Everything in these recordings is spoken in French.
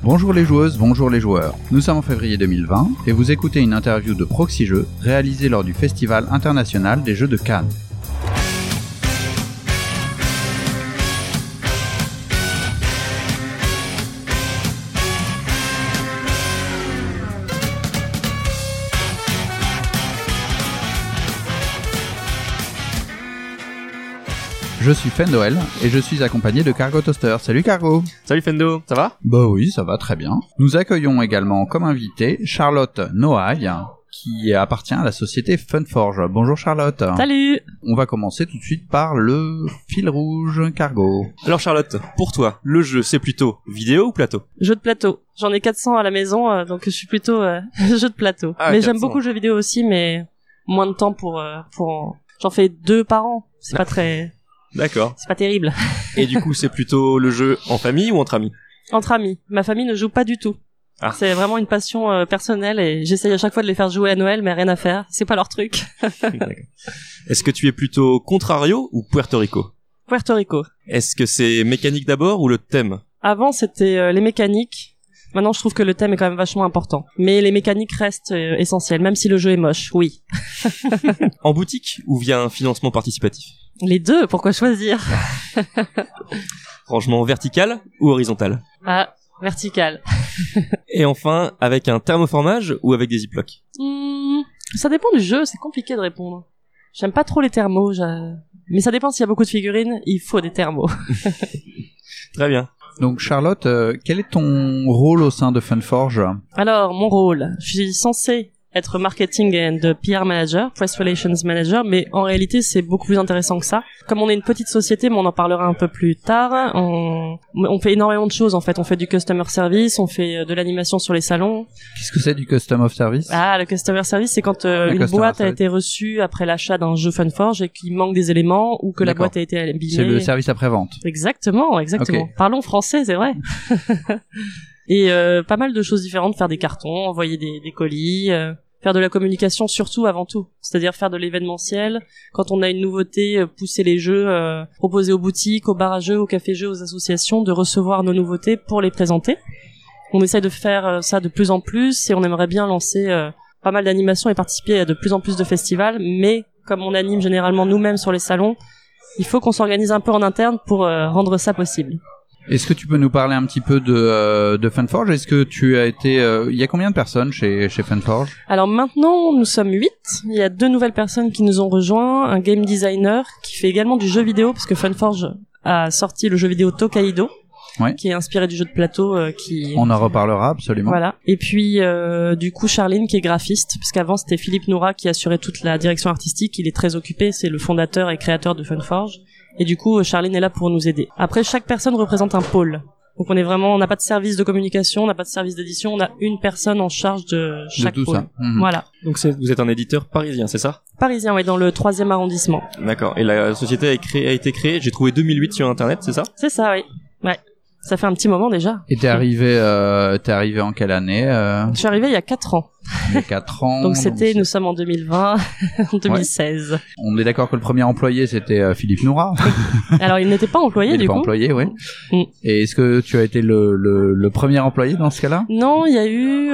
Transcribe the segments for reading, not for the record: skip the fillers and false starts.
Bonjour les joueuses, bonjour les joueurs. Nous sommes en février 2020 et vous écoutez une interview de Proxy Jeux réalisée lors du Festival international des jeux de Cannes. Je suis Fendoel et je suis accompagné de Cargo Toaster. Salut Cargo. Salut Fendo, ça va ? Bah oui, ça va très bien. Nous accueillons également comme invité Charlotte Noailles, qui appartient à la société Funforge. Bonjour Charlotte. Salut. On va commencer tout de suite par le fil rouge Cargo. Alors Charlotte, pour toi, le jeu c'est plutôt vidéo ou plateau ? Jeu de plateau. J'en ai 400 à la maison, donc je suis plutôt jeu de plateau. Ah, mais 400. j'aime beaucoup le jeu vidéo aussi, mais moins de temps pour... J'en fais 2 par an. C'est pas très... D'accord. C'est pas terrible. Et du coup c'est plutôt le jeu en famille ou entre amis ? Entre amis. Ma famille ne joue pas du tout. Ah. C'est vraiment une passion personnelle et j'essaye à chaque fois de les faire jouer à Noël, mais rien à faire. C'est pas leur truc. D'accord. Est-ce que tu es plutôt Contrario ou Puerto Rico ? Puerto Rico. Est-ce que c'est mécanique d'abord ou le thème ? Avant, c'était les mécaniques. Maintenant, je trouve que le thème est quand même vachement important. Mais les mécaniques restent essentielles, même si le jeu est moche, oui. En boutique ou via un financement participatif ? Les deux, pourquoi choisir ? Rangement vertical ou horizontal ? Ah, vertical. Et enfin, avec un thermoformage ou avec des ziplocs ? Ça dépend du jeu, c'est compliqué de répondre. J'aime pas trop les thermos, mais ça dépend s'il y a beaucoup de figurines, il faut des thermos. Très bien. Donc Charlotte, quel est ton rôle au sein de Funforge ? Alors, mon rôle, je suis censée être marketing and PR manager, press relations manager, mais en réalité c'est beaucoup plus intéressant que ça. Comme on est une petite société, mais on en parlera un peu plus tard, on fait énormément de choses en fait. On fait du customer service, on fait de l'animation sur les salons. Qu'est-ce que c'est du Custom of Service ? Ah, le customer service, c'est quand une customer boîte a service. été reçue après l'achat d'un jeu Funforge et qu'il manque des éléments ou que la D'accord. boîte a été abîmée. C'est le service après-vente. Exactement. Ok. Parlons français, c'est vrai. Et pas mal de choses différentes, faire des cartons, envoyer des colis, faire de la communication surtout avant tout. C'est-à-dire faire de l'événementiel. Quand on a une nouveauté, pousser les jeux, proposer aux boutiques, aux bars à jeux, aux cafés-jeux, aux associations, de recevoir nos nouveautés pour les présenter. On essaye de faire ça de plus en plus et on aimerait bien lancer pas mal d'animations et participer à de plus en plus de festivals. Mais comme on anime généralement nous-mêmes sur les salons, il faut qu'on s'organise un peu en interne pour rendre ça possible. Est-ce que tu peux nous parler un petit peu de Funforge ? Est-ce que tu as été... Il y a combien de personnes chez Funforge ? Alors maintenant, nous sommes 8. Il y a 2 nouvelles personnes qui nous ont rejoints. Un game designer qui fait également du jeu vidéo, parce que Funforge a sorti le jeu vidéo Tokaido, Ouais. qui est inspiré du jeu de plateau qui... On en reparlera absolument. Voilà. Et puis, du coup, Charline qui est graphiste, puisqu'avant c'était Philippe Noura qui assurait toute la direction artistique. Il est très occupé, c'est le fondateur et créateur de Funforge. Et du coup, Charline est là pour nous aider. Après, chaque personne représente un pôle. Donc on n'a pas de service de communication, on n'a pas de service d'édition, on a une personne en charge de chaque tout pôle. ça. Mhm. Voilà. Donc vous êtes un éditeur parisien, c'est ça ? Parisien, ouais, dans le 3e arrondissement. D'accord. Et la société a été créée, j'ai trouvé 2008 sur internet, c'est ça ? C'est ça, oui. Ouais. Ça fait un petit moment déjà. Et t'es arrivé en quelle année Je suis arrivée il y a 4 ans. Il y a 4 ans. Donc nous sommes en 2020, 2016. On est d'accord que le premier employé c'était Philippe Noura. Alors il n'était pas employé Il du est pas coup. employé, oui. Mm. Et est-ce que tu as été le premier employé dans ce cas-là ? Non, il y a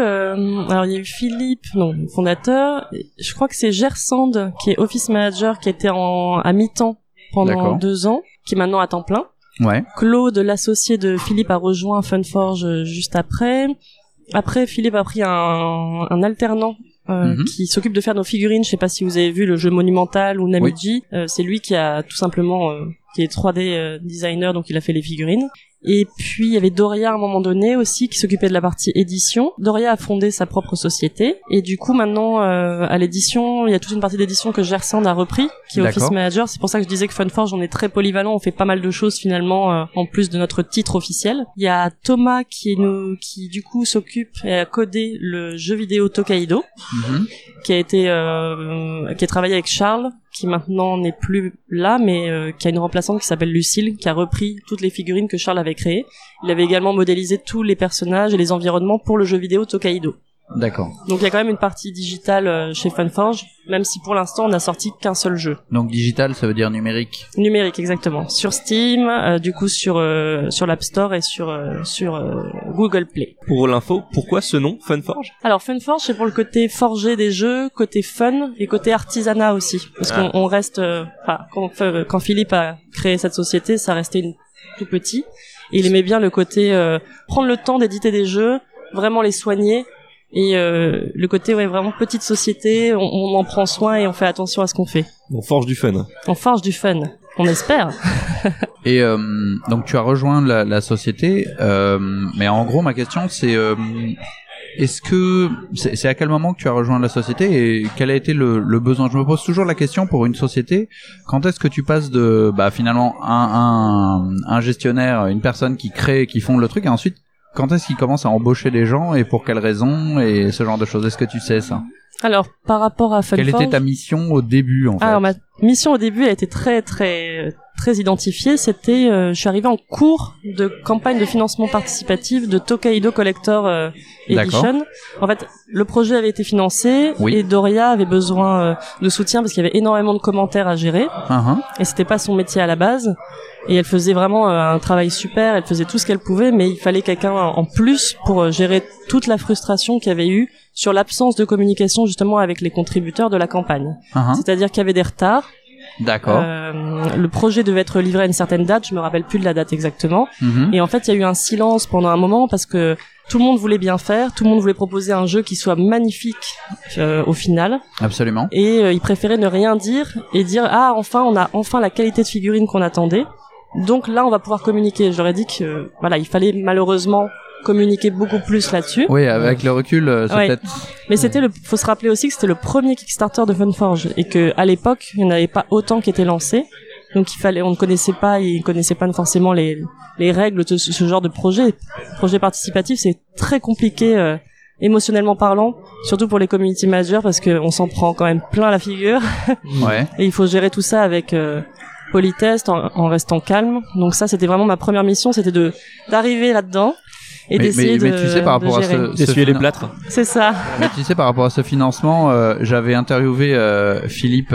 eu Philippe, le fondateur. Je crois que c'est Gersand qui est office manager qui était à mi-temps pendant D'accord. 2 ans, qui est maintenant à temps plein. Ouais. Claude, l'associé de Philippe, a rejoint Funforge juste après. Après, Philippe a pris un alternant qui s'occupe de faire nos figurines. Je sais pas si vous avez vu le jeu Monumental ou Namiji. C'est lui qui a tout simplement qui est 3D designer, donc il a fait les figurines. Et puis il y avait Doria à un moment donné aussi qui s'occupait de la partie édition. Doria a fondé sa propre société et du coup maintenant à l'édition, il y a toute une partie d'édition que Gersand a repris, qui est D'accord. office manager. C'est pour ça que je disais que Funforge on est très polyvalent, on fait pas mal de choses finalement en plus de notre titre officiel. Il y a Thomas qui du coup s'occupe et a codé le jeu vidéo Tokaido, qui a travaillé avec Charles, qui maintenant n'est plus là, mais qui a une remplaçante qui s'appelle Lucille, qui a repris toutes les figurines que Charles avait créées. Il avait également modélisé tous les personnages et les environnements pour le jeu vidéo Tokaido. D'accord. Donc il y a quand même une partie digitale chez Funforge, même si pour l'instant on n'a sorti qu'un seul jeu. Donc digital, ça veut dire numérique. Numérique, exactement. Sur Steam, du coup sur l'App Store et sur Google Play. Pour l'info, pourquoi ce nom, Funforge? Alors Funforge, c'est pour le côté forger des jeux, côté fun et côté artisanat aussi. Parce qu'on reste... quand Philippe a créé cette société, ça restait tout petit. Et il aimait bien le côté prendre le temps d'éditer des jeux, vraiment les soigner. Et le côté vraiment petite société, on en prend soin et on fait attention à ce qu'on fait. On forge du fun. On forge du fun, on espère. Et donc tu as rejoint la société, mais en gros ma question c'est est-ce que c'est à quel moment que tu as rejoint la société et quel a été le besoin? Je me pose toujours la question pour une société, quand est-ce que tu passes de finalement un gestionnaire, une personne qui crée, qui fonde le truc, et ensuite quand est-ce qu'ils commencent à embaucher des gens et pour quelles raisons et ce genre de choses? Est-ce que tu sais ça? Alors, par rapport à Funforge... Quelle était ta mission au début, en fait? Alors, ma mission au début a été très, très, très identifiée. C'était, je suis arrivée en cours de campagne de financement participatif de Tokaido Collector Edition. En fait, le projet avait été financé et Doria avait besoin de soutien parce qu'il y avait énormément de commentaires à gérer. Et c'était pas son métier à la base. Et elle faisait vraiment un travail super, elle faisait tout ce qu'elle pouvait, mais il fallait quelqu'un en plus pour gérer toute la frustration qu'il y avait eu sur l'absence de communication justement avec les contributeurs de la campagne. C'est-à-dire qu'il y avait des retards. D'accord. Le projet devait être livré à une certaine date, je me rappelle plus de la date exactement. Et en fait, il y a eu un silence pendant un moment parce que tout le monde voulait bien faire, tout le monde voulait proposer un jeu qui soit magnifique au final. Absolument. Et ils préféraient ne rien dire et dire enfin on a enfin la qualité de figurine qu'on attendait. Donc là, on va pouvoir communiquer. J'aurais dit que il fallait malheureusement communiquer beaucoup plus là-dessus. Oui, avec le recul, c'est peut-être... Mais faut se rappeler aussi que c'était le premier Kickstarter de Funforge et que à l'époque, il n'y en avait pas autant qui étaient lancés. Donc ils connaissaient pas forcément les règles de ce genre de projet. Projet participatif, c'est très compliqué émotionnellement parlant, surtout pour les community managers parce que on s'en prend quand même plein la figure. Et il faut gérer tout ça avec politesse, en restant calme. Donc ça, c'était vraiment ma première mission, c'était d'arriver là-dedans et d'essayer mais tu sais, par rapport à d'essuyer les plâtres. C'est ça. Mais tu sais, par rapport à ce financement, j'avais interviewé Philippe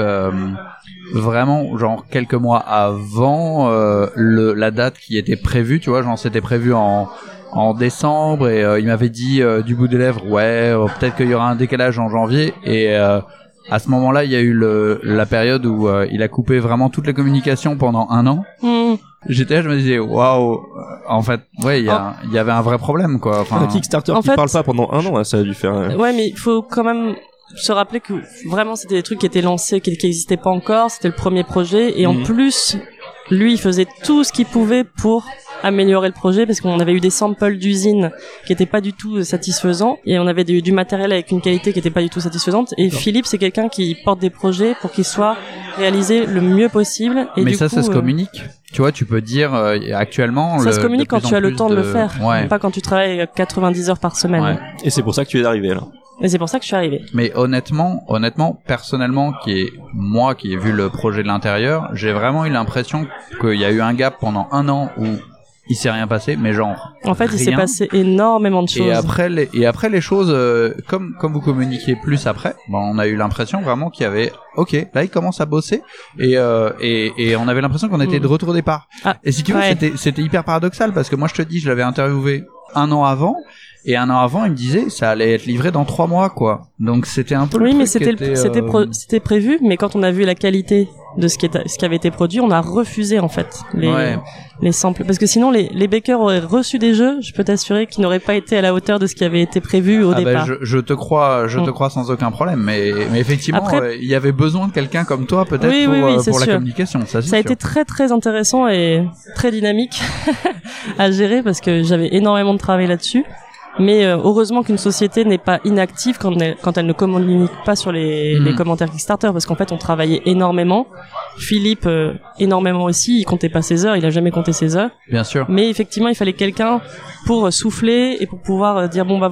vraiment genre quelques mois avant la date qui était prévue, tu vois, genre c'était prévu en décembre et il m'avait dit du bout des lèvres peut-être qu'il y aura un décalage en janvier et à ce moment-là, il y a eu la période où il a coupé vraiment toutes les communications pendant 1 an. J'étais là, je me disais waouh, en fait, il y avait un vrai problème quoi. Un Kickstarter qui parle pas pendant 1 an, ça a dû faire. Ouais, mais il faut quand même se rappeler que vraiment c'était des trucs qui étaient lancés, qui n'existaient pas encore. C'était le premier projet et en plus, lui, il faisait tout ce qu'il pouvait pour améliorer le projet parce qu'on avait eu des samples d'usines qui étaient pas du tout satisfaisants et on avait du matériel avec une qualité qui était pas du tout satisfaisante et Philippe c'est quelqu'un qui porte des projets pour qu'ils soient réalisés le mieux possible et mais ça se communique, tu vois, tu peux dire actuellement ça se communique quand tu as le temps de le faire, pas quand tu travailles 90 heures par semaine. Et c'est pour ça que tu es arrivé là. Et c'est pour ça que je suis arrivé. Mais honnêtement, personnellement, qui ai vu le projet de l'intérieur, j'ai vraiment eu l'impression qu'il y a eu un gap pendant 1 an où il s'est rien passé, mais genre en fait rien. Il s'est passé énormément de choses et après les choses comme vous communiquiez plus après, on a eu l'impression vraiment qu'il y avait là il commence à bosser et on avait l'impression qu'on était de retour au départ. Et si tu veux, c'était hyper paradoxal parce que moi je te dis, je l'avais interviewé 1 an avant. Et 1 an avant, il me disait ça allait être livré dans 3 mois, quoi. Donc c'était un peu le truc mais c'était prévu, mais quand on a vu la qualité de ce qui avait été produit, on a refusé en fait les samples, parce que sinon les bakers auraient reçu des jeux, je peux t'assurer qu'ils n'auraient pas été à la hauteur de ce qui avait été prévu au départ. Je te crois sans aucun problème, mais effectivement il y avait besoin de quelqu'un comme toi peut-être pour la communication, ça a été très très intéressant et très dynamique à gérer parce que j'avais énormément de travail là-dessus. Mais heureusement qu'une société n'est pas inactive quand elle ne communique pas sur les commentaires Kickstarter, parce qu'en fait on travaillait énormément. Philippe énormément aussi, il comptait pas ses heures, il a jamais compté ses heures. Bien sûr. Mais effectivement il fallait quelqu'un pour souffler et pour pouvoir dire on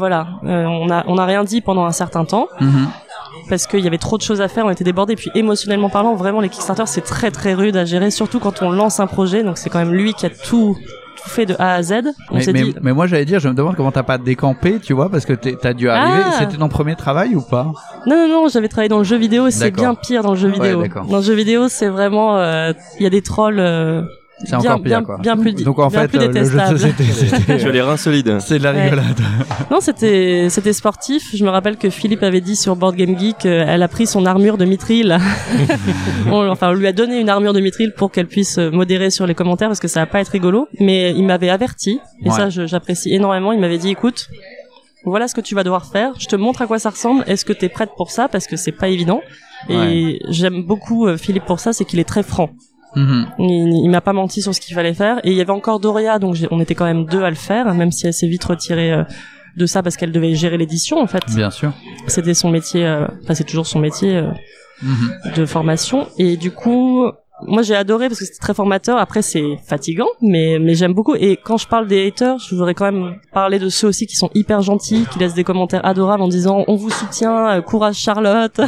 a rien dit pendant un certain temps. Parce qu'il y avait trop de choses à faire, on était débordés. Puis émotionnellement parlant, vraiment les Kickstarter c'est très très rude à gérer, surtout quand on lance un projet. Donc c'est quand même lui qui a tout tout fait de A à Z. Mais moi j'allais dire, je me demande comment t'as pas décampé, tu vois, parce que t'as dû arriver. C'était ton premier travail ou pas? Non, j'avais travaillé dans le jeu vidéo et c'est D'accord. bien pire dans le jeu vidéo. Ouais, dans le jeu vidéo, c'est vraiment, il y a des trolls. C'est encore pire, quoi. Bien plus, donc en bien fait, plus le jeu de détestable. société, Tu as les reins solides. c'est de la rigolade. Non, c'était sportif. Je me rappelle que Philippe avait dit sur Board Game Geek, elle a pris son armure de mithril. On lui a donné une armure de mithril pour qu'elle puisse modérer sur les commentaires parce que ça va pas être rigolo. Mais il m'avait averti et ça, j'apprécie énormément. Il m'avait dit, écoute, voilà ce que tu vas devoir faire. Je te montre à quoi ça ressemble. Est-ce que t'es prête pour ça? Parce que c'est pas évident. Et j'aime beaucoup Philippe pour ça, c'est qu'il est très franc. Il m'a pas menti sur ce qu'il fallait faire et il y avait encore Doria, donc on était quand même 2 à le faire, même si elle s'est vite retirée de ça parce qu'elle devait gérer l'édition en fait. Bien sûr. C'était son métier, c'est toujours son métier de formation et du coup moi j'ai adoré parce que c'était très formateur. Après c'est fatigant mais j'aime beaucoup et quand je parle des haters, je voudrais quand même parler de ceux aussi qui sont hyper gentils, qui laissent des commentaires adorables en disant on vous soutient, courage Charlotte.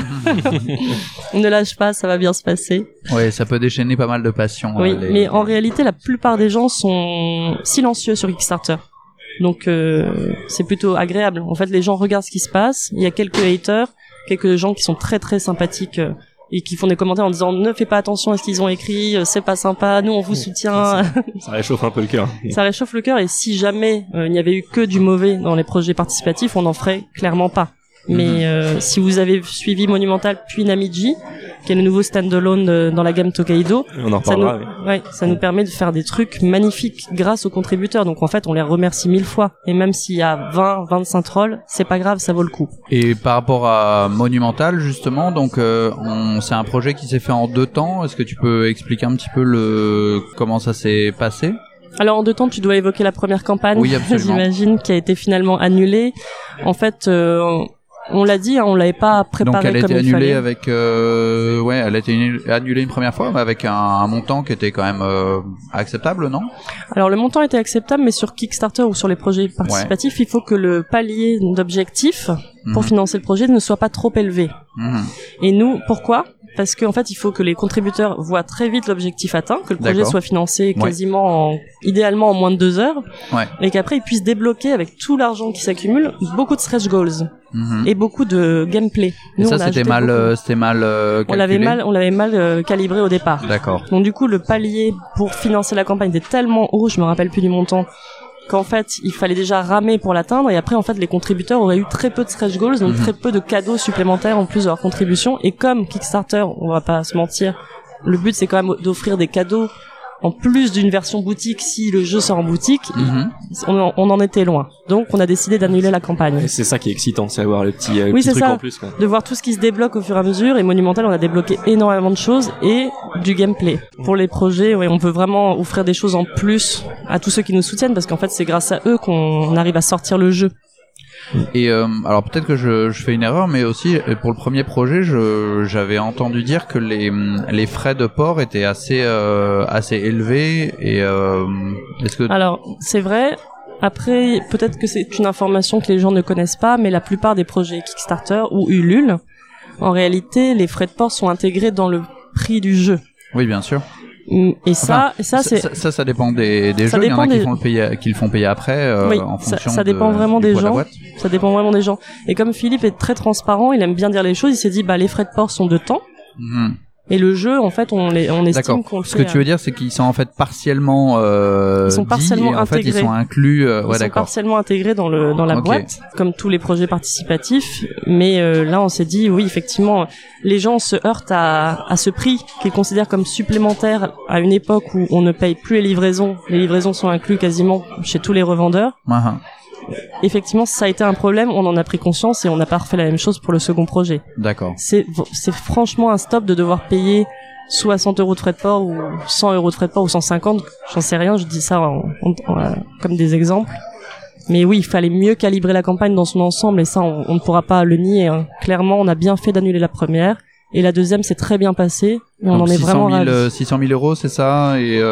Ne lâche pas, ça va bien se passer. Ouais, ça peut déchaîner pas mal de passion. Oui, mais en réalité la plupart des gens sont silencieux sur Kickstarter. Donc c'est plutôt agréable. En fait, les gens regardent ce qui se passe, il y a quelques haters, quelques gens qui sont très très sympathiques et qui font des commentaires en disant ne fais pas attention à ce qu'ils ont écrit, c'est pas sympa, nous on vous soutient. Ça réchauffe un peu le cœur. Ça réchauffe le cœur et si jamais il n'y avait eu que du mauvais dans les projets participatifs, on n'en ferait clairement pas. Mais si vous avez suivi Monumental puis Namiji, qui est le nouveau standalone dans la gamme Tokaido, on en reparlera. Ça nous permet de faire des trucs magnifiques grâce aux contributeurs. Donc en fait, on les remercie 1000 fois. Et même s'il y a 20, 25 trolls, c'est pas grave, ça vaut le coup. Et par rapport à Monumental, justement, donc c'est un projet qui s'est fait en 2 temps. Est-ce que tu peux expliquer un petit peu comment ça s'est passé? Alors en 2 temps, tu dois évoquer la première campagne, oui, absolument. J'imagine, qui a été finalement annulée. En fait, on l'a dit, on l'avait pas préparé comme il fallait. Donc elle a été annulée avec, elle a été annulée une première fois, mais avec un montant qui était quand même acceptable, non? Alors le montant était acceptable, mais sur Kickstarter ou sur les projets participatifs, il faut que le palier d'objectifs pour financer le projet ne soit pas trop élevé. Et nous, pourquoi? Parce qu'en fait, il faut que les contributeurs voient très vite l'objectif atteint, que le projet soit financé quasiment, idéalement en moins de 2 heures, et qu'après ils puissent débloquer avec tout l'argent qui s'accumule beaucoup de stretch goals et beaucoup de gameplay. Nous, ça c'était mal calculé. On l'avait mal calibré au départ. D'accord. Donc du coup, le palier pour financer la campagne était tellement haut, je me rappelle plus du montant, qu'en fait il fallait déjà ramer pour l'atteindre et après en fait les contributeurs auraient eu très peu de stretch goals, donc très peu de cadeaux supplémentaires en plus de leur contribution. Et comme Kickstarter, on va pas se mentir, le but c'est quand même d'offrir des cadeaux en plus d'une version boutique si le jeu sort en boutique. On en était loin, donc on a décidé d'annuler la campagne. Et c'est ça qui est excitant, c'est avoir le petit truc en plus, quoi. De voir tout ce qui se débloque au fur et à mesure. Et Monumental, on a débloqué énormément de choses et du gameplay. Pour les projets, on veut vraiment offrir des choses en plus à tous ceux qui nous soutiennent, parce qu'en fait c'est grâce à eux qu'on arrive à sortir le jeu. Et alors peut-être que je fais une erreur, mais aussi pour le premier projet, j'avais entendu dire que les frais de port étaient assez élevés. Et est-ce que alors c'est vrai. Après, peut-être que c'est une information que les gens ne connaissent pas, mais la plupart des projets Kickstarter ou Ulule, en réalité, les frais de port sont intégrés dans le prix du jeu. Oui, bien sûr. Et ça dépend des jeux. Il y en a qui le font payer après en fonction ça dépend vraiment des gens. Ça dépend vraiment des gens. Et comme Philippe est très transparent, il aime bien dire les choses. Il s'est dit les frais de port sont de temps. Et le jeu, en fait, on estime qu'on le fait. Ce que tu veux dire, c'est qu'ils sont en fait partiellement partiellement intégrés. En fait, ils sont inclus. Ils sont partiellement intégrés dans la boîte, comme tous les projets participatifs. Mais là, on s'est dit, oui, effectivement, les gens se heurtent à ce prix qu'ils considèrent comme supplémentaire à une époque où on ne paye plus les livraisons. Les livraisons sont inclus quasiment chez tous les revendeurs. Effectivement, ça a été un problème, on en a pris conscience et on n'a pas refait la même chose pour le second projet. D'accord. C'est franchement un stop de devoir payer 60 € de frais de port ou 100 € de frais de port ou 150, j'en sais rien, je dis ça comme des exemples. Mais oui, il fallait mieux calibrer la campagne dans son ensemble et ça, on ne pourra pas le nier. Clairement, on a bien fait d'annuler la première. Et la deuxième s'est très bien passée. Et on en est vraiment ravis. 600 000 €, c'est ça? Et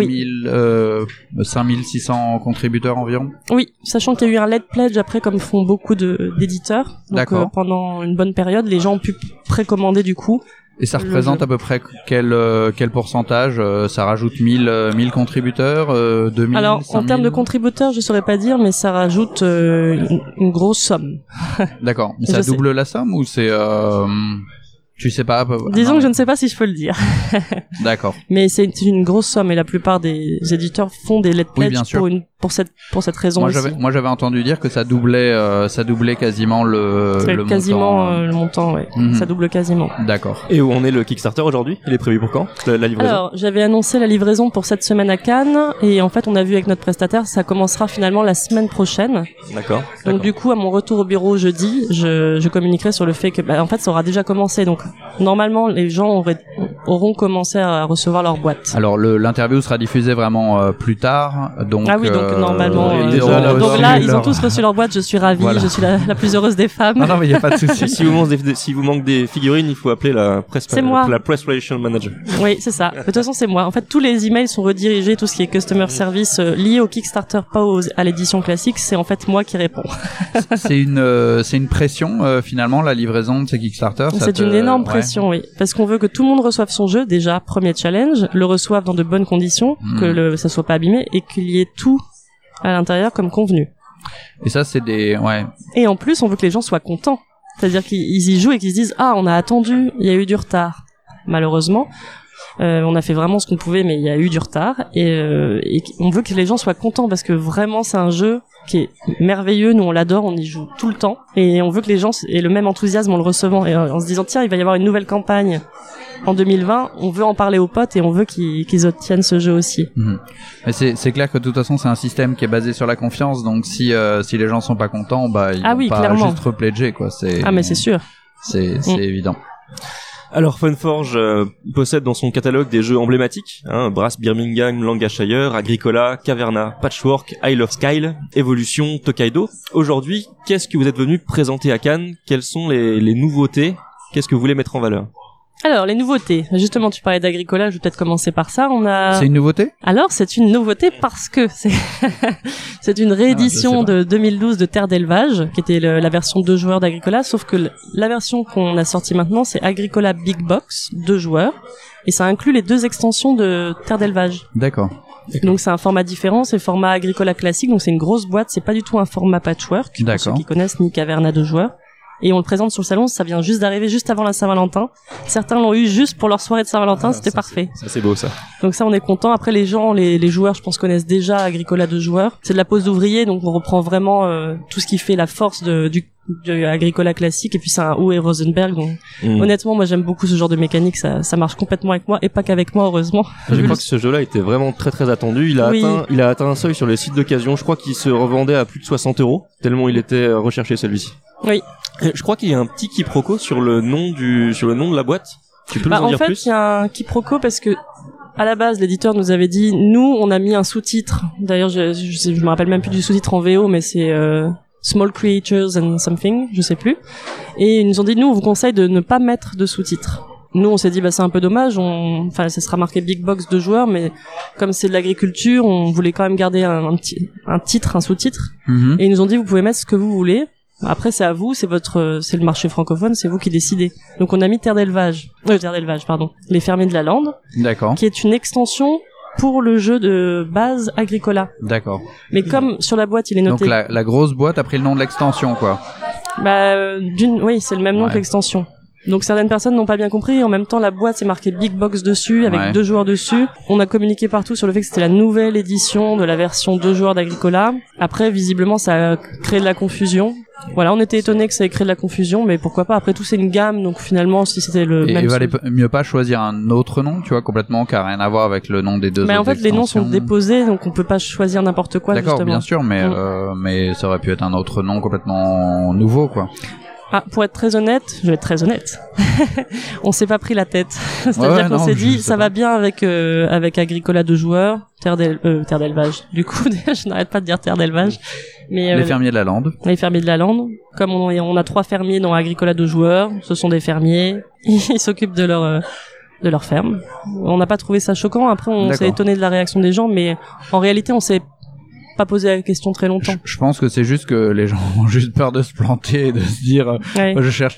5600 contributeurs environ? Oui, sachant qu'il y a eu un lead pledge après, comme font beaucoup d'éditeurs. Donc pendant une bonne période, les gens ont pu précommander du coup Et ça représente à peu près quel pourcentage? Ça rajoute 1000 contributeurs, 2000, Alors, 5000? en termes de contributeurs, je saurais pas dire, mais ça rajoute une grosse somme. D'accord. Mais ça double la somme ou c'est tu sais pas? Disons que je ne sais pas si je peux le dire. D'accord. Mais c'est une grosse somme et la plupart des éditeurs font des let's pledge pour cette raison. Moi j'avais entendu dire que ça doublait quasiment le montant. Le montant, ouais. Ça double quasiment. D'accord. Et où en est le Kickstarter aujourd'hui? Il est prévu pour quand, la livraison? Alors, j'avais annoncé la livraison pour cette semaine à Cannes et en fait, on a vu avec notre prestataire, ça commencera finalement la semaine prochaine. D'accord. Donc du coup, à mon retour au bureau jeudi, je communiquerai sur le fait que en fait, ça aura déjà commencé. Donc normalement, les gens auront commencé à recevoir leur boîte. Alors l'interview sera diffusée vraiment plus tard, donc ah oui, donc normalement donc là ils ont tous reçu leur boîte. Je suis ravie, voilà. Je suis la plus heureuse des femmes. Non mais il y a pas de souci. Si vous manque des figurines, il faut appeler la press relation manager. Oui, c'est ça. De toute façon, c'est moi. En fait, tous les emails sont redirigés, tout ce qui est customer service lié au Kickstarter, pas à l'édition classique, c'est en fait moi qui réponds. C'est une pression finalement, la livraison de ces Kickstarter. C'est une énorme pression, oui, parce qu'on veut que tout le monde reçoive son jeu déjà, premier challenge, le reçoive dans de bonnes conditions, que ça soit pas abîmé et qu'il y ait tout à l'intérieur comme convenu. Et ça c'est Et en plus, on veut que les gens soient contents. C'est-à-dire qu'ils y jouent et qu'ils se disent on a attendu, il y a eu du retard. Malheureusement, on a fait vraiment ce qu'on pouvait, mais il y a eu du retard et on veut que les gens soient contents parce que vraiment c'est un jeu qui est merveilleux. Nous on l'adore, on y joue tout le temps et on veut que les gens aient le même enthousiasme en le recevant et en se disant tiens, il va y avoir une nouvelle campagne en 2020, on veut en parler aux potes et on veut qu'ils obtiennent ce jeu aussi. Mais c'est clair que de toute façon c'est un système qui est basé sur la confiance, donc si les gens sont pas contents, ils vont pas clairement. juste repledger quoi. Mais c'est sûr. C'est évident. Alors Funforge possède dans son catalogue des jeux emblématiques, Brass Birmingham, Lancashire, Agricola, Caverna, Patchwork, Isle of Skye, Evolution, Tokaido. Aujourd'hui, qu'est-ce que vous êtes venu présenter à Cannes? Quelles sont les nouveautés? Qu'est-ce que vous voulez mettre en valeur? Alors, les nouveautés. Justement, tu parlais d'Agricola, je vais peut-être commencer par ça. C'est une nouveauté? Alors, c'est une nouveauté parce que c'est une réédition de 2012 de Terre d'élevage, qui était la version 2 joueurs d'Agricola, sauf que la version qu'on a sortie maintenant, c'est Agricola Big Box, 2 joueurs, et ça inclut les 2 extensions de Terre d'élevage. D'accord. Donc c'est un format différent, c'est le format Agricola classique, donc c'est une grosse boîte, c'est pas du tout un format patchwork, pour ceux qui connaissent, ni Caverna 2 joueurs. Et on le présente sur le salon, ça vient juste d'arriver juste avant la Saint-Valentin. Certains l'ont eu juste pour leur soirée de Saint-Valentin, c'était parfait. Ça c'est beau ça. Donc ça on est content. Après les gens, les joueurs je pense connaissent déjà Agricola 2 joueurs. C'est de la pose d'ouvrier, donc on reprend vraiment tout ce qui fait la force du Agricola classique et puis c'est un Uwe Rosenberg. Donc honnêtement moi j'aime beaucoup ce genre de mécanique, ça marche complètement avec moi et pas qu'avec moi heureusement. Je crois que ce jeu-là était vraiment très très attendu. Il a atteint un seuil sur les sites d'occasion. Je crois qu'il se revendait à plus de 60 € tellement il était recherché celui-ci. Oui. Je crois qu'il y a un petit quiproquo sur le nom de la boîte. Tu peux nous en dire plus? En fait, il y a un quiproquo parce que à la base, l'éditeur nous avait dit, nous, on a mis un sous-titre. D'ailleurs, je me rappelle même plus du sous-titre en VO, mais c'est Small Creatures and Something, je sais plus. Et ils nous ont dit, nous, on vous conseille de ne pas mettre de sous-titres. Nous, on s'est dit, c'est un peu dommage. Ça sera marqué Big Box 2 joueurs, mais comme c'est de l'agriculture, on voulait quand même garder un sous-titre. Et ils nous ont dit, vous pouvez mettre ce que vous voulez. Après, c'est à vous, c'est le marché francophone, c'est vous qui décidez. Donc, on a mis Terre d'élevage, pardon. Les fermiers de la lande. D'accord. Qui est une extension pour le jeu de base Agricola. D'accord. Mais comme sur la boîte, il est noté. Donc, la grosse boîte a pris le nom de l'extension, quoi. Oui, c'est le même nom que l'extension. Donc certaines personnes n'ont pas bien compris. En même temps, la boîte c'est marqué Big Box dessus avec 2 joueurs dessus. On a communiqué partout sur le fait que c'était la nouvelle édition de la version 2 joueurs d'Agricola. Après, visiblement, ça a créé de la confusion. Voilà, on était étonnés que ça ait créé de la confusion, mais pourquoi pas. Après tout, c'est une gamme, donc finalement, si c'était le même. Et il valait mieux pas choisir un autre nom, tu vois, complètement, qui a rien à voir avec le nom des deux. Mais autres en fait, les noms sont déposés, donc on peut pas choisir n'importe quoi. D'accord, justement. Bien sûr, mais ça aurait pu être un autre nom complètement nouveau, quoi. Pour être très honnête, je vais être très honnête. On s'est pas pris la tête. C'est-à-dire qu'on s'est dit, ça va bien avec Agricola 2 joueurs, terre d'élevage. Du coup, je n'arrête pas de dire terre d'élevage. Mais les fermiers de la lande. Les fermiers de la lande. Comme on a 3 fermiers dans Agricola 2 joueurs, ce sont des fermiers. Ils s'occupent de leur ferme. On n'a pas trouvé ça choquant. Après, on s'est étonné de la réaction des gens, mais en réalité, on s'est pas poser la question très longtemps. Je pense que c'est juste que les gens ont juste peur de se planter et de se dire Ouais. je cherche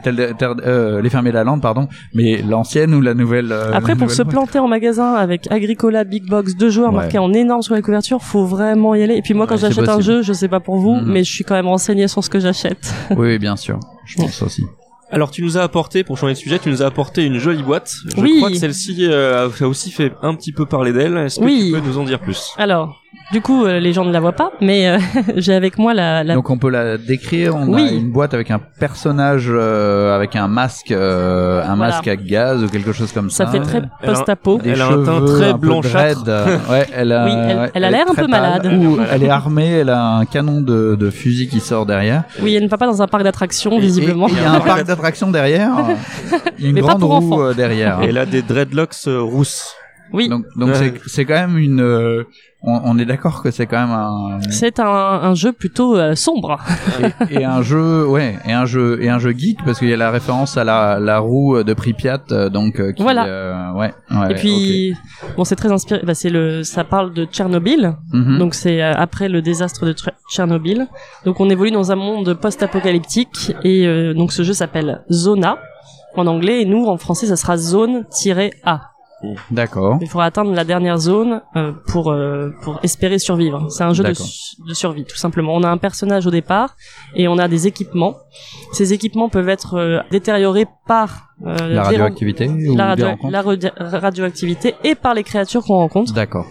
les fermiers de la lande, pardon, mais l'ancienne ou la nouvelle. Après, la pour se nouvelle boîte. planter en magasin avec Agricola Big Box 2 joueurs Ouais. marqués en énorme sur la couverture, faut vraiment y aller. Et puis moi, quand Ouais, c'est j'achète un possible. jeu, je sais pas pour vous, Mhm. mais je suis quand même renseigné sur ce que j'achète. Oui, bien sûr. Je pense aussi. Alors tu nous as apporté, pour changer de sujet, tu nous as apporté une jolie boîte. Je Oui. crois que celle-ci a aussi fait un petit peu parler d'elle. Est-ce que Oui. tu peux nous en dire plus? Alors, du coup, les gens ne la voient pas, mais j'ai avec moi la... Donc on peut la décrire. On Oui. a une boîte avec un personnage avec un masque masque à gaz ou quelque chose comme ça. Ça fait très Elle a un- post-apo. Des Elle a un teint cheveux très un peu blanchâtre. dread. Ouais, elle a. Oui, elle a l'air est un très peu pâle. malade. Ou elle est armée. Elle a un canon de fusil qui sort derrière. Oui, elle ne va pas dans un parc d'attractions, Et- visiblement. et Il y a un parc d'attractions derrière. Il y a une Mais pas grande pour roue enfants. derrière. Et elle a des dreadlocks rousses. Oui, Donc Ouais. c'est quand même une. On est d'accord que c'est quand même un. c'est un jeu plutôt sombre. et un jeu et un jeu geek parce qu'il y a la référence à la roue de Pripyat qui Voilà. ouais, Et puis, bon, c'est très inspiré. Bah, ça parle de Tchernobyl. ok. Mhm. Donc c'est après le désastre de Tchernobyl. Donc on évolue dans un monde post-apocalyptique et donc ce jeu s'appelle Zona en anglais et nous en français ça sera Zone-A. D'accord. Il faudra atteindre la dernière zone pour espérer survivre. C'est un jeu D'accord. de survie tout simplement. On a un personnage au départ et on a des équipements. Ces équipements peuvent être détériorés par La radioactivité ou la, des rencontres radioactivité et par les créatures qu'on rencontre. D'accord.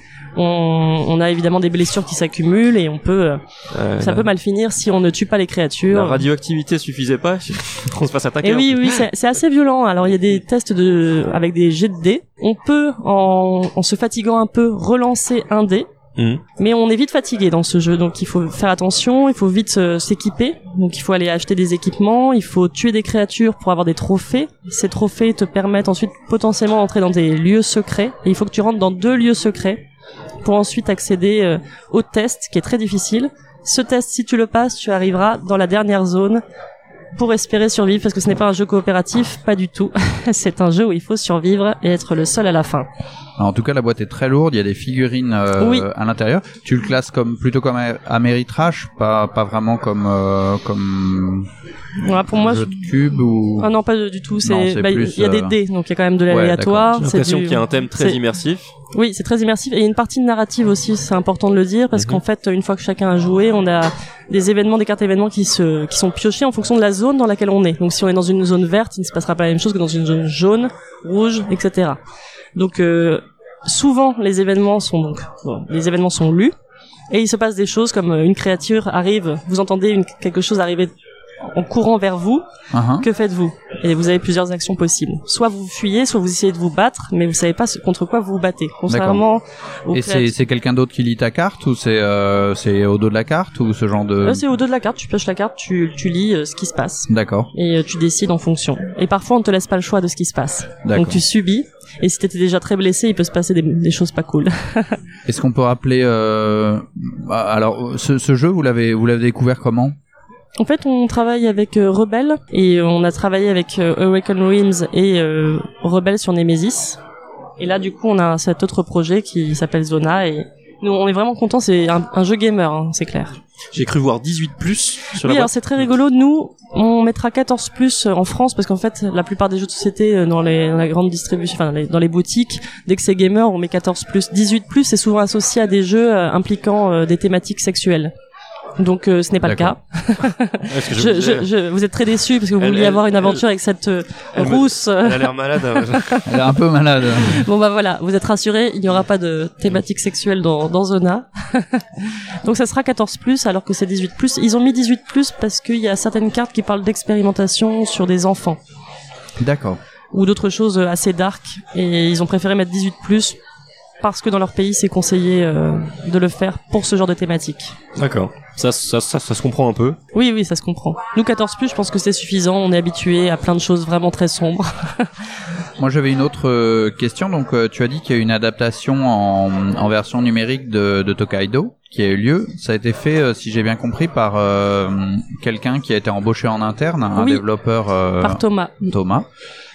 On a évidemment des blessures qui s'accumulent et on peut ça peut mal finir si on ne tue pas les créatures. La radioactivité suffisait pas qu'on se fasse attaquer. Et oui, c'est assez violent. Alors il y a des tests avec des jets de dés. On peut en se fatiguant un peu relancer un dé. Mhm. Mais on est vite fatigué dans ce jeu, donc il faut faire attention, il faut vite s'équiper, donc il faut aller acheter des équipements, il faut tuer des créatures pour avoir des trophées. Ces trophées te permettent ensuite potentiellement d'entrer dans des lieux secrets, et il faut que tu rentres dans 2 lieux secrets pour ensuite accéder au test qui est très difficile. Ce test, si tu le passes, tu arriveras dans la dernière zone pour espérer survivre, parce que ce n'est pas un jeu coopératif, pas du tout. C'est un jeu où il faut survivre et être le seul à la fin. Alors, en tout cas, la boîte est très lourde. Il y a des figurines Oui. à l'intérieur. Tu le classes plutôt comme Ameritrash, pas vraiment comme Voilà, pour moi, jeu de cube ou. ah non, pas du tout. Non, C'est, c'est bah, plus, il y a des dés, donc il y a quand même de l'aléatoire. J'ai c'est l'impression du- qu'il y a un thème très c'est- immersif. Oui, c'est très immersif et il y a une partie narrative aussi, c'est important de le dire parce qu'en fait, une fois que chacun a joué, on a des événements, des cartes événements qui sont piochées en fonction de la zone dans laquelle on est. Donc si on est dans une zone verte, il ne se passera pas la même chose que dans une zone jaune, rouge, etc. Donc souvent les événements sont lus et il se passe des choses comme une créature arrive, vous entendez quelque chose arriver en courant vers vous. Uh-huh. Que faites-vous? Et vous avez plusieurs actions possibles. Soit vous fuyez, soit vous essayez de vous battre, mais vous savez pas contre quoi vous vous battez. Contrairement aux Et c'est quelqu'un d'autre qui lit ta carte ou c'est au dos de la carte ou ce genre de. c'est au dos de la carte, tu pioches la carte, tu lis ce qui se passe. D'accord. Et tu décides en fonction. Et parfois on te laisse pas le choix de ce qui se passe. D'accord. Donc tu subis. Et si t'étais déjà très blessé, il peut se passer des choses pas cool. Est-ce qu'on peut rappeler alors ce jeu vous l'avez découvert comment? En fait, on travaille avec Rebelle et on a travaillé avec Awaken Realms et Rebelle sur Nemesis. Et là, du coup, on a cet autre projet qui s'appelle Zona et nous, on est vraiment contents. C'est un jeu gamer, hein, c'est clair. J'ai cru voir 18+ sur Oui, la alors boîte. c'est très rigolo. Nous, on mettra 14+ en France parce qu'en fait, la plupart des jeux de société dans la grande distribution, enfin dans les boutiques, dès que c'est gamer, on met 14+. 18+, c'est souvent associé à des jeux impliquant des thématiques sexuelles. Donc ce n'est pas le cas. Est-ce que je me disais, Vous êtes très déçus parce que vous Elle- vouliez elle- avoir une aventure avec cette elle me- rousse. Elle a l'air malade. Elle est un peu malade. Bon bah voilà, vous êtes rassurés, il n'y aura pas de thématique sexuelle dans Zona. Donc ça sera 14+, alors que c'est 18+. Ils ont mis 18+ parce qu'il y a certaines cartes qui parlent d'expérimentation sur des enfants D'accord. ou d'autres choses assez dark, et ils ont préféré mettre 18+ parce que dans leur pays c'est conseillé de le faire pour ce genre de thématique. D'accord. Ça se comprend un peu. Oui, ça se comprend. Nous 14+, je pense que c'est suffisant, on est habitué à plein de choses vraiment très sombres. Moi j'avais une autre question. Donc tu as dit qu'il y a une adaptation en version numérique de Tokaido qui a eu lieu. Ça a été fait, si j'ai bien compris, par quelqu'un qui a été embauché en interne, un Oui. développeur Par Thomas. Thomas.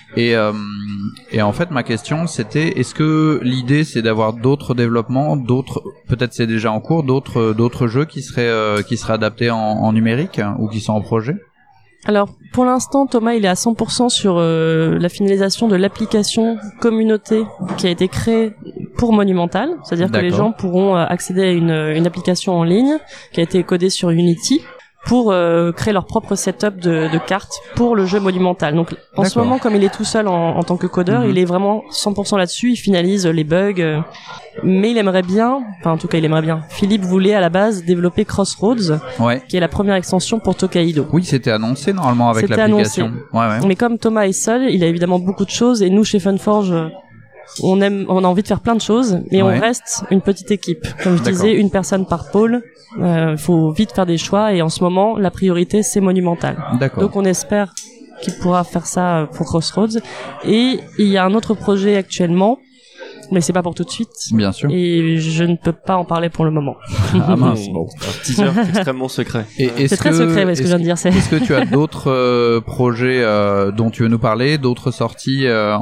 Et en fait, ma question, c'était, est-ce que l'idée, c'est d'avoir d'autres développements, peut-être c'est déjà en cours, d'autres jeux qui seraient adaptés en numérique ou qui sont en projet? Alors, pour l'instant, Thomas, il est à 100% sur la finalisation de l'application communauté qui a été créée pour Monumental. C'est-à-dire que les gens pourront accéder à une application en ligne qui a été codée sur Unity pour créer leur propre setup de cartes pour le jeu Monumental. Donc en ce moment, comme il est tout seul en tant que codeur, il est vraiment 100% là-dessus, il finalise les bugs, mais il aimerait bien, Philippe voulait à la base développer Crossroads, qui est la première extension pour Tokaido. Oui, c'était annoncé normalement avec l'application. Mais comme Thomas est seul, il a évidemment beaucoup de choses, et nous chez Funforge, on a envie de faire plein de choses, mais on reste une petite équipe. Comme je disais, une personne par pôle. Faut vite faire des choix, et en ce moment, la priorité, c'est Monumental. Donc on espère qu'il pourra faire ça pour Crossroads. Et il y a un autre projet actuellement, mais c'est pas pour tout de suite. Bien sûr. Et je ne peux pas en parler pour le moment. Ah mince, bon. Un teaser extrêmement secret. C'est très secret, ce que je viens de dire. Est-ce que tu as d'autres projets dont tu veux nous parler, d'autres sorties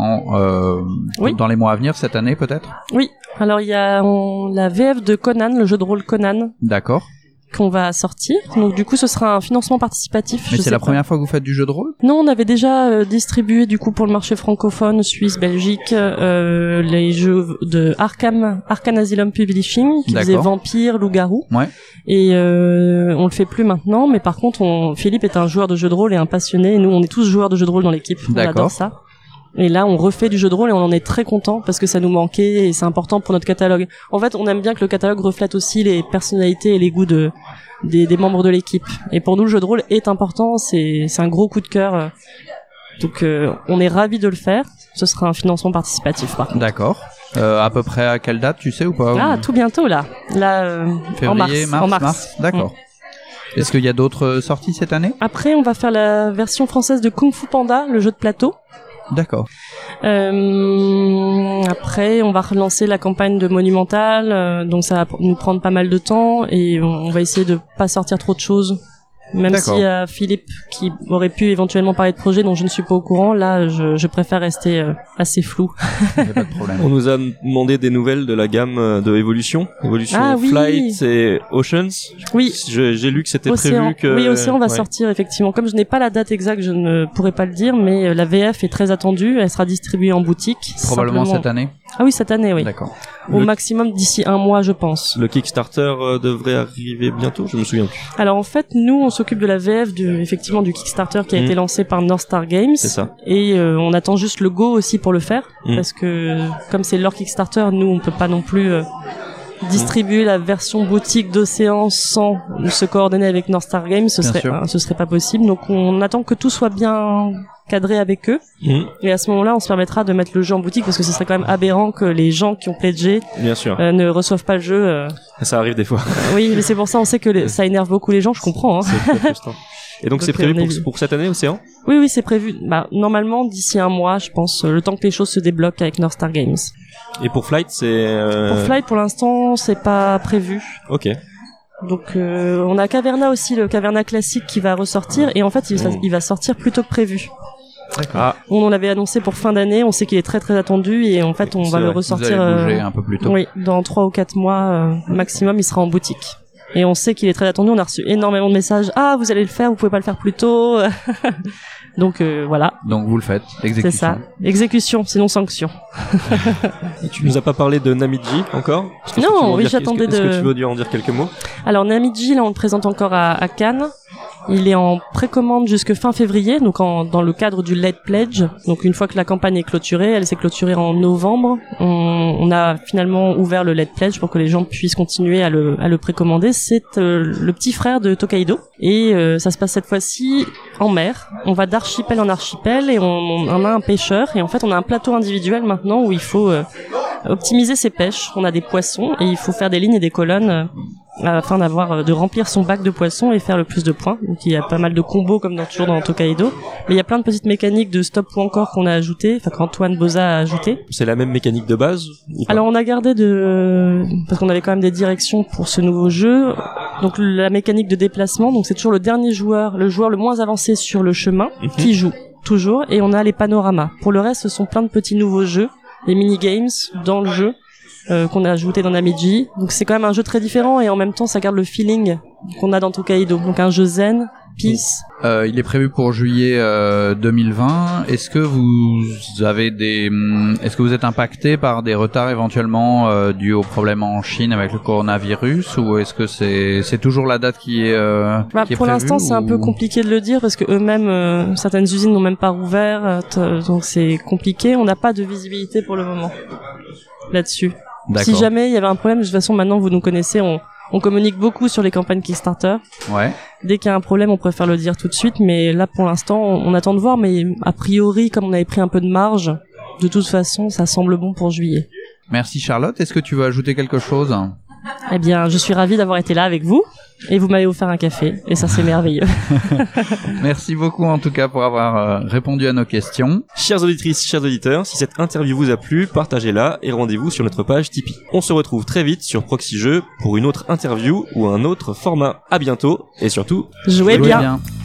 dans les mois à venir, cette année peut-être? Oui. Alors il y a la VF de Conan, le jeu de rôle Conan. D'accord. Qu'on va sortir. Donc du coup ce sera un financement participatif. Mais c'est la première fois que vous faites du jeu de rôle? Non, on avait déjà distribué du coup pour le marché francophone, Suisse, Belgique, les jeux de Arkham Asylum Publishing qui faisait Vampire, Loup-garou. Et on le fait plus maintenant, mais par contre Philippe est un joueur de jeu de rôle et un passionné, et nous on est tous joueurs de jeu de rôle dans l'équipe. On adore ça. Et là, on refait du jeu de rôle et on en est très content parce que ça nous manquait et c'est important pour notre catalogue. En fait, on aime bien que le catalogue reflète aussi les personnalités et les goûts des membres de l'équipe. Et pour nous, le jeu de rôle est important. C'est un gros coup de cœur. Donc, on est ravis de le faire. Ce sera un financement participatif, par contre. D'accord. À peu près à quelle date, tu sais ou pas? Ah, tout bientôt, là. Février, en mars. D'accord. Est-ce qu'il y a d'autres sorties cette année? Après, on va faire la version française de Kung Fu Panda, le jeu de plateau. D'accord. Après, on va relancer la campagne de Monumental, donc ça va nous prendre pas mal de temps et on va essayer de pas sortir trop de choses. Même s'il y a Philippe qui aurait pu éventuellement parler de projets dont je ne suis pas au courant, là je préfère rester assez flou. Il n'y a pas de problème. On nous a demandé des nouvelles de la gamme de Evolution, Flight et Oceans. Oui. J'ai lu que c'était prévu que... Oui, Océan va sortir effectivement. Comme je n'ai pas la date exacte, je ne pourrais pas le dire, mais la VF est très attendue, elle sera distribuée en boutique. Probablement cette année? Ah oui, cette année, oui. D'accord. Au maximum d'ici 1 mois, je pense. Le Kickstarter devrait arriver bientôt, je me souviens plus. Alors en fait, nous, on s'occupe de la VF effectivement du Kickstarter qui a été lancé par North Star Games. C'est ça. Et on attend juste le go aussi pour le faire, parce que comme c'est leur Kickstarter, nous, on peut pas non plus distribuer la version boutique d'Océan sans se coordonner avec North Star Games, ce serait pas possible. Donc on attend que tout soit bien cadré avec eux. Et à ce moment-là, on se permettra de mettre le jeu en boutique parce que ce serait quand même aberrant que les gens qui ont pledgé ne reçoivent pas le jeu. Ça arrive des fois. Oui, mais c'est pour ça, on sait que ça énerve beaucoup les gens, je comprends. Hein. C'est très frustrant. Et donc c'est prévu pour cette année, Océan? Oui, c'est prévu. Normalement, d'ici 1 mois, je pense, le temps que les choses se débloquent avec North Star Games. Et pour Flight, Pour Flight, pour l'instant, c'est pas prévu. Ok. Donc on a Caverna aussi, le Caverna classique qui va ressortir, et en fait il va sortir plus tôt que prévu. On l'avait annoncé pour fin d'année, on sait qu'il est très très attendu, et en fait on va le ressortir un peu plus tôt. Oui, dans 3 ou 4 mois maximum, il sera en boutique. Et on sait qu'il est très attendu, on a reçu énormément de messages. Ah, vous allez le faire, vous pouvez pas le faire plus tôt. Donc voilà. Donc vous le faites, exécution. C'est ça, exécution, sinon sanction. Et tu nous as pas parlé de Namiji encore? Non, oui, j'attendais Est-ce que tu veux en dire quelques mots? Alors Namiji, là on le présente encore à Cannes. Il est en précommande jusque fin février, donc dans le cadre du Lead Pledge. Donc une fois que la campagne est clôturée, elle s'est clôturée en novembre, on a finalement ouvert le Lead Pledge pour que les gens puissent continuer à le précommander. C'est le petit frère de Tokaido, et ça se passe cette fois-ci en mer. On va d'archipel en archipel et on a un pêcheur, et en fait on a un plateau individuel maintenant où il faut optimiser ses pêches. On a des poissons et il faut faire des lignes et des colonnes afin de remplir son bac de poissons et faire le plus de points. Donc il y a pas mal de combos comme toujours dans Tokaido, mais il y a plein de petites mécaniques de stop ou encore qu'on a ajoutées, qu'Antoine Boza a ajouté. C'est la même mécanique de base? Alors on a gardé parce qu'on avait quand même des directions pour ce nouveau jeu. Donc la mécanique de déplacement, donc c'est toujours le dernier joueur, le joueur le moins avancé sur le chemin qui joue. toujours, et on a les panoramas. Pour le reste, ce sont plein de petits nouveaux jeux, les mini-games dans le jeu, qu'on a ajouté dans Namiji. Donc c'est quand même un jeu très différent, et en même temps, ça garde le feeling qu'on a dans Tokaido. Donc un jeu zen, peace. Il est prévu pour juillet 2020. Est-ce que vous êtes impacté par des retards éventuellement dus aux problèmes en Chine avec le coronavirus, ou est-ce que c'est toujours la date qui est qui est pour prévue, l'instant, c'est un peu compliqué de le dire parce que eux-mêmes, certaines usines n'ont même pas rouvert, donc c'est compliqué. On n'a pas de visibilité pour le moment là-dessus. D'accord. Si jamais il y avait un problème, de toute façon, maintenant vous nous connaissez, on communique beaucoup sur les campagnes Kickstarter. Ouais. Dès qu'il y a un problème, on préfère le dire tout de suite, mais là, pour l'instant, on attend de voir, mais a priori, comme on avait pris un peu de marge, de toute façon, ça semble bon pour juillet. Merci Charlotte. Est-ce que tu veux ajouter quelque chose? Eh bien, je suis ravie d'avoir été là avec vous, et vous m'avez offert un café, et ça, c'est merveilleux. Merci beaucoup en tout cas pour avoir répondu à nos questions. Chères auditrices, chers auditeurs, si cette interview vous a plu, partagez-la et rendez-vous sur notre page Tipeee. On se retrouve très vite sur Proxy Jeux pour une autre interview ou un autre format. À bientôt et surtout, Jouez bien.